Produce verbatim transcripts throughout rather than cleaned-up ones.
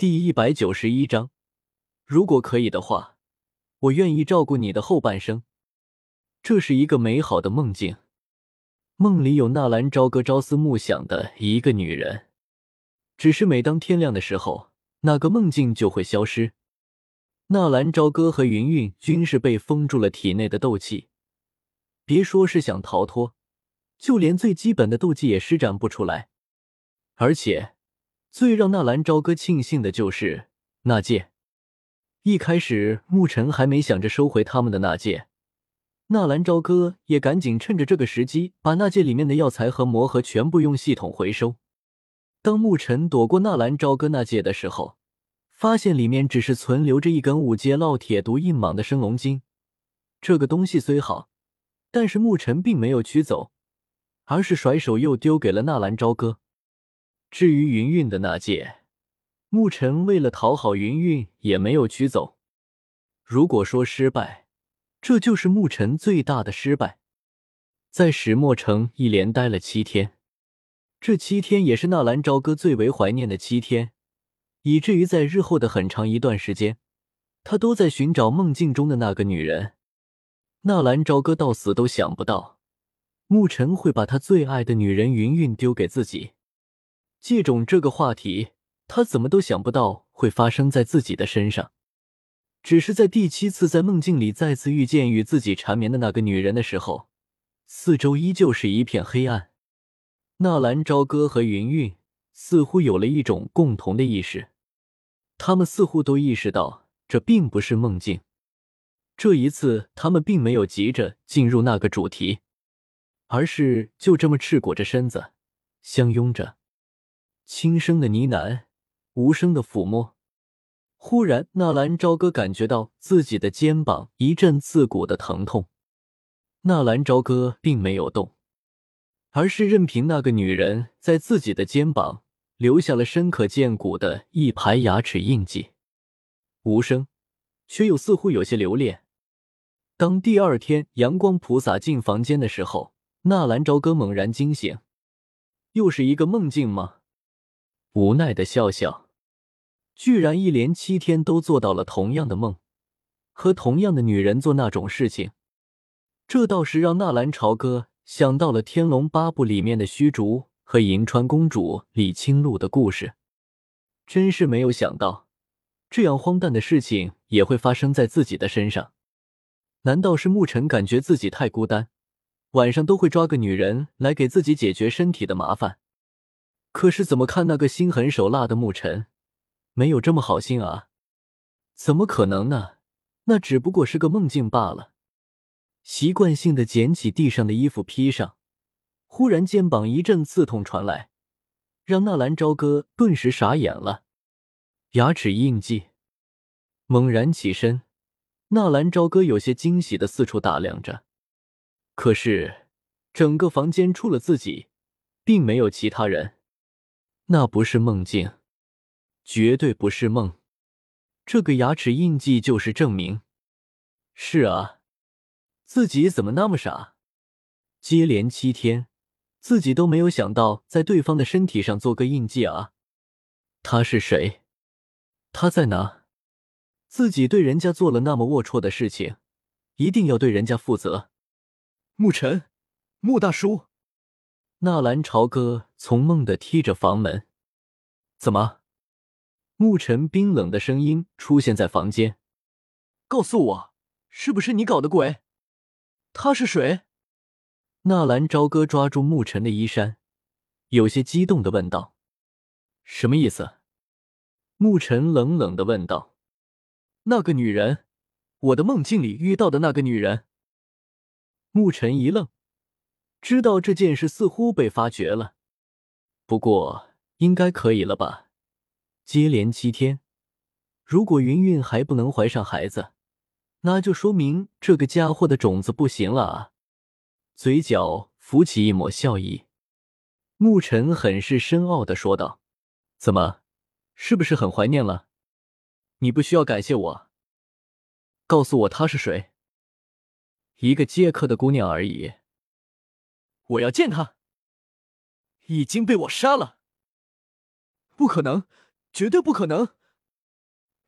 第一百九十一章，如果可以的话，我愿意照顾你的后半生。这是一个美好的梦境，梦里有纳兰朝歌朝思暮想的一个女人，只是每当天亮的时候，那个梦境就会消失。纳兰朝歌和云韵均是被封住了体内的斗气，别说是想逃脱，就连最基本的斗技也施展不出来。而且最让纳兰朝歌庆幸的就是那戒。一开始沐尘还没想着收回他们的那戒，纳兰朝歌也赶紧趁着这个时机把那戒里面的药材和魔核全部用系统回收。当沐尘躲过纳兰朝歌那戒的时候，发现里面只是存留着一根五阶烙铁毒印蟒的升龙筋。这个东西虽好，但是沐尘并没有取走，而是甩手又丢给了纳兰朝歌。至于云韵的那戒，沐尘为了讨好云韵也没有取走。如果说失败，这就是沐尘最大的失败。在始末城一连待了七天，这七天也是纳兰朝歌最为怀念的七天，以至于在日后的很长一段时间，他都在寻找梦境中的那个女人。纳兰朝歌到死都想不到，沐尘会把他最爱的女人云韵丢给自己。借种这个话题，他怎么都想不到会发生在自己的身上。只是在第七次在梦境里再次遇见与自己缠绵的那个女人的时候，四周依旧是一片黑暗。纳兰朝歌和云韵似乎有了一种共同的意识，他们似乎都意识到这并不是梦境。这一次他们并没有急着进入那个主题，而是就这么赤裹着身子相拥着，轻声的呢喃，无声的抚摸。忽然纳兰朝歌感觉到自己的肩膀一阵刺骨的疼痛。纳兰朝歌并没有动，而是任凭那个女人在自己的肩膀留下了深可见骨的一排牙齿印记，无声，却又似乎有些留恋。当第二天阳光普洒进房间的时候，纳兰朝歌猛然惊醒。又是一个梦境吗？无奈的笑笑，居然一连七天都做到了同样的梦，和同样的女人做那种事情。这倒是让纳兰朝歌想到了《天龙八部》里面的虚竹和银川公主李清露的故事。真是没有想到，这样荒诞的事情也会发生在自己的身上。难道是沐尘感觉自己太孤单，晚上都会抓个女人来给自己解决身体的麻烦？可是怎么看那个心狠手辣的沐尘，没有这么好心啊？怎么可能呢？那只不过是个梦境罢了。习惯性地捡起地上的衣服披上，忽然肩膀一阵刺痛传来，让纳兰朝歌顿时傻眼了。牙齿印记。猛然起身，纳兰朝歌有些惊喜地四处打量着。可是整个房间除了自己，并没有其他人。那不是梦境，绝对不是梦。这个牙齿印记就是证明。是啊，自己怎么那么傻？接连七天，自己都没有想到在对方的身体上做个印记啊！他是谁？他在哪？自己对人家做了那么龌龊的事情，一定要对人家负责。 沐尘，沐大叔。 纳兰朝歌从梦的踢着房门。怎么？沐尘冰冷的声音出现在房间。 告诉我，是不是你搞的鬼？他是谁？ 纳兰朝歌抓住沐尘的衣衫，有些激动地问道。什么意思？沐尘冷冷地问道。那个女人，我的梦境里遇到的那个女人。沐尘一愣，知道这件事似乎被发觉了，不过应该可以了吧？接连七天，如果云韵还不能怀上孩子，那就说明这个家伙的种子不行了啊！嘴角浮起一抹笑意，沐尘很是深奥地说道：怎么，是不是很怀念了？你不需要感谢我。告诉我她是谁？一个接客的姑娘而已。 我要见她。已经被我杀了。不可能，绝对不可能，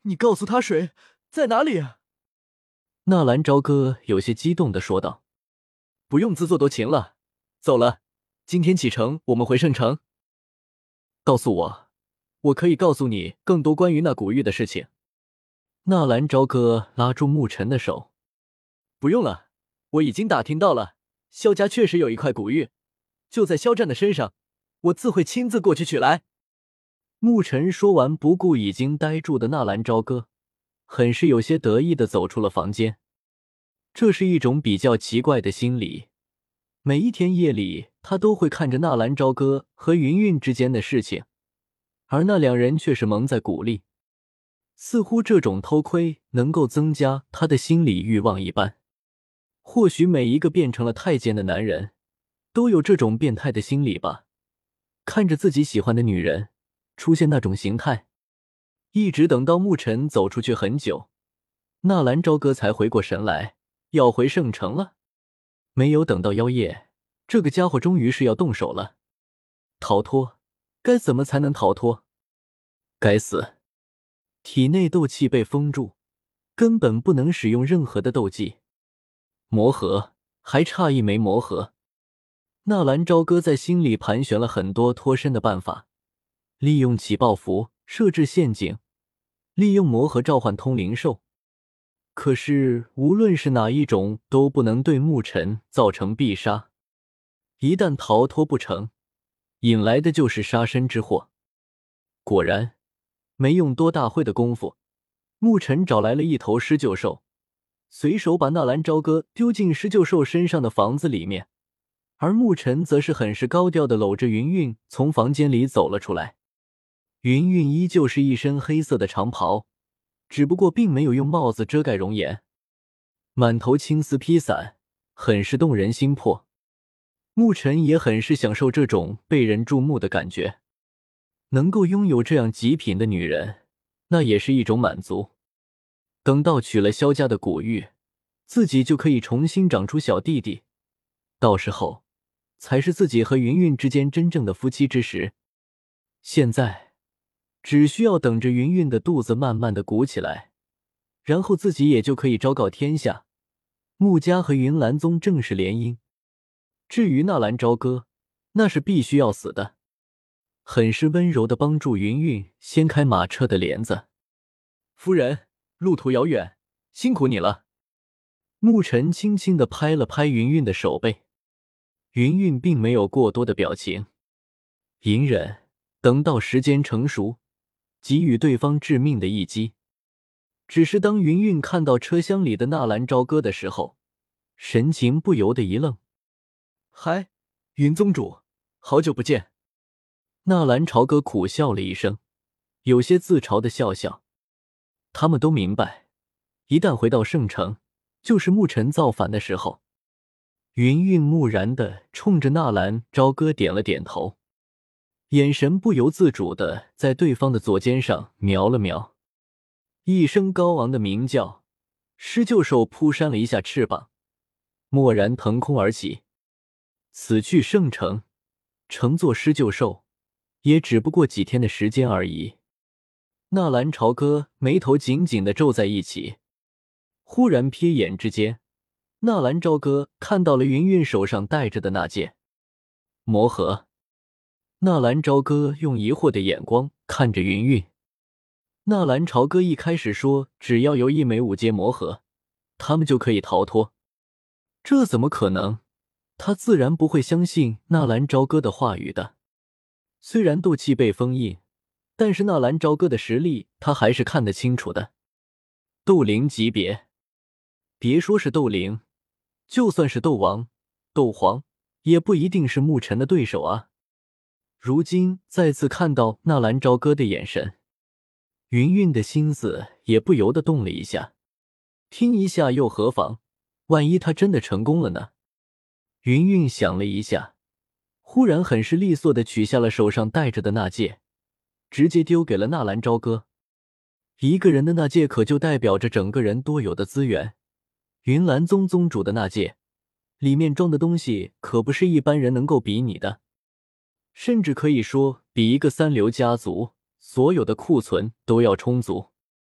你告诉他水在哪里？ 纳兰朝歌有些激动地说道。 不用自作多情了，走了，今天启程我们回圣城。告诉我，我可以告诉你更多关于那古玉的事情。 纳兰朝歌拉住沐尘的手。 不用了，我已经打听到了，萧家确实有一块古玉，就在萧战的身上，我自会亲自过去取来。 沐尘说完，不顾已经呆住的纳兰朝歌，很是有些得意地走出了房间。这是一种比较奇怪的心理，每一天夜里他都会看着纳兰朝歌和云云之间的事情，而那两人却是蒙在鼓里，似乎这种偷窥能够增加他的心理欲望一般。或许每一个变成了太监的男人都有这种变态的心理吧，看着自己喜欢的女人出现那种形态。一直等到沐尘走出去很久，纳兰朝歌才回过神来，要回圣城了。没有等到妖夜，这个家伙终于是要动手了。逃脱，该怎么才能逃脱？该死，体内斗气被封住，根本不能使用任何的斗技。魔核，还差一枚魔核。纳兰朝歌在心里盘旋了很多脱身的办法，利用起爆符，设置陷阱，利用魔核召唤通灵兽。可是无论是哪一种都不能对沐尘造成必杀，一旦逃脱不成，引来的就是杀身之祸。果然，没用多大会的功夫，沐尘找来了一头狮鹫兽，随手把纳兰朝歌丢进狮鹫兽身上的房子里面，而沐尘则是很是高调地搂着云云从房间里走了出来。云云依旧是一身黑色的长袍，只不过并没有用帽子遮盖容颜，满头青丝披散，很是动人心魄。沐尘也很是享受这种被人注目的感觉，能够拥有这样极品的女人，那也是一种满足。等到娶了萧家的古玉，自己就可以重新长出小弟弟，到时候才是自己和云云之间真正的夫妻之时。现在只需要等着云云的肚子慢慢的鼓起来，然后自己也就可以昭告天下，穆家和云岚宗正式联姻。至于纳兰朝歌，那是必须要死的。很是温柔的帮助云云掀开马车的帘子。 夫人，路途遥远，辛苦你了。 沐尘轻轻地拍了拍云云的手背，云云并没有过多的表情，隐忍，等到时间成熟，给予对方致命的一击。只是当云云看到车厢里的纳兰朝歌的时候，神情不由得一愣。 嗨，云宗主，好久不见。 纳兰朝歌苦笑了一声，有些自嘲的笑笑。他们都明白，一旦回到圣城，就是沐尘造反的时候。云云木然地冲着纳兰朝歌点了点头，眼神不由自主地在对方的左肩上瞄了瞄。一声高昂的鸣叫，狮鹫兽扑扇了一下翅膀，蓦然腾空而起。此去圣城，乘坐狮鹫兽，也只不过几天的时间而已。纳兰朝歌眉头紧紧地皱在一起，忽然瞥眼之间，纳兰朝歌看到了云云手上戴着的那件魔核。纳兰朝歌用疑惑的眼光看着云云。纳兰朝歌一开始说只要有一枚五阶魔核，他们就可以逃脱，这怎么可能？他自然不会相信纳兰朝歌的话语的。虽然斗气被封印，但是纳兰朝歌的实力他还是看得清楚的。斗灵级别，别说是斗灵，就算是斗王、斗皇，也不一定是沐尘的对手啊。如今再次看到纳兰朝歌的眼神，云云的心思也不由得动了一下。听一下又何妨，万一他真的成功了呢？云云想了一下，忽然很是利索地取下了手上戴着的那戒，直接丢给了纳兰朝歌。一个人的那戒可就代表着整个人多有的资源，云岚宗宗主的那戒里面装的东西可不是一般人能够比拟的，甚至可以说比一个三流家族所有的库存都要充足。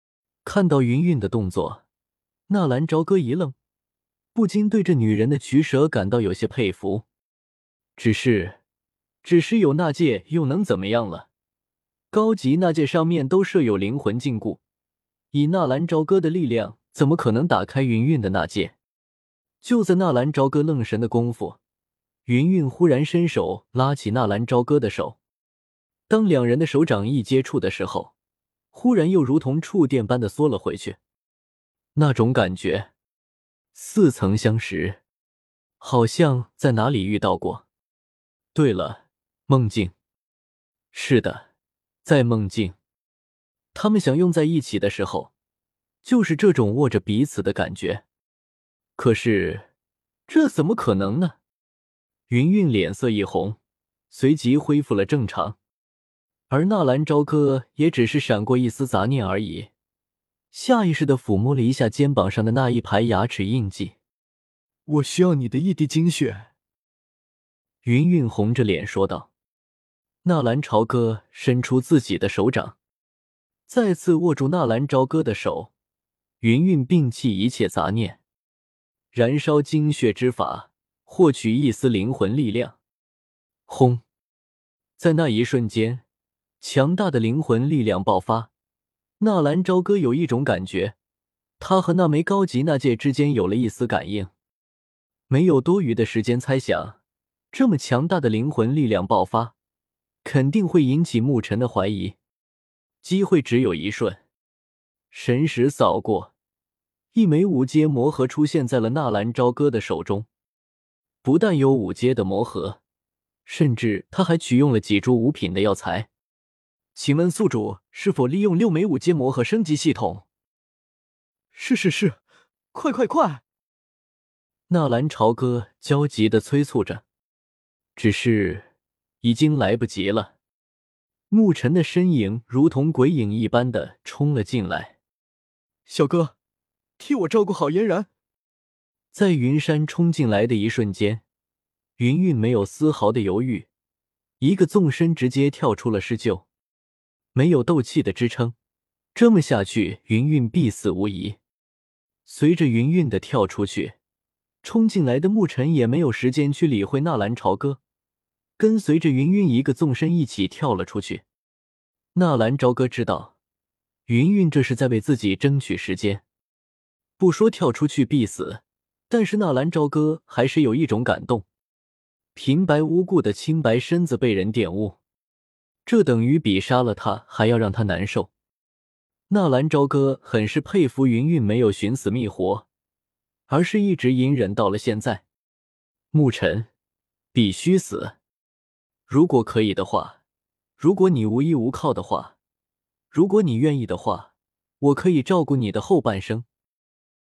看到云云的动作，纳兰朝歌一愣，不禁对这女人的取舍感到有些佩服。只是，只是有纳戒又能怎么样了？高级纳戒上面都设有灵魂禁锢，以纳兰朝歌的力量，怎么可能打开云云的纳戒？就在纳兰朝歌愣神的功夫，云云忽然伸手拉起纳兰朝歌的手。当两人的手掌一接触的时候，忽然又如同触电般的缩了回去。那种感觉似曾相识，好像在哪里遇到过。对了，梦境。是的，在梦境。他们想用在一起的时候，就是这种握着彼此的感觉。可是，这怎么可能呢？云云脸色一红，随即恢复了正常。而纳兰朝歌也只是闪过一丝杂念而已，下意识地抚摸了一下肩膀上的那一排牙齿印记。 我需要你的一滴精血。 云云红着脸说道。纳兰朝歌伸出自己的手掌，再次握住纳兰朝歌的手。云云摒弃一切杂念，燃烧精血之法，获取一丝灵魂力量。轰！在那一瞬间，强大的灵魂力量爆发。纳兰朝歌有一种感觉，他和那枚高级纳戒之间有了一丝感应。没有多余的时间猜想，这么强大的灵魂力量爆发，肯定会引起牧尘的怀疑。机会只有一瞬，神识扫过，一枚五阶魔核出现在了纳兰朝歌的手中。不但有五阶的魔核，甚至他还取用了几株五品的药材。请问宿主是否利用六枚五阶魔核升级系统？ 是是是，快快快！ 纳兰朝歌焦急地催促着，只是已经来不及了。牧尘的身影如同鬼影一般的冲了进来。 小哥，替我照顾好嫣然。 在云山冲进来的一瞬间，云云没有丝毫的犹豫，一个纵身直接跳出了施救。没有斗气的支撑，这么下去云云必死无疑。随着云云的跳出去，冲进来的牧尘也没有时间去理会纳兰朝歌，跟随着云云一个纵身一起跳了出去。纳兰朝歌知道云云这是在为自己争取时间，不说跳出去必死，但是纳兰朝歌还是有一种感动。平白无故的清白身子被人玷污，这等于比杀了他还要让他难受。纳兰朝歌很是佩服云云没有寻死觅活，而是一直隐忍到了现在。牧尘，必须死。如果可以的话，如果你无依无靠的话，如果你愿意的话，我可以照顾你的后半生。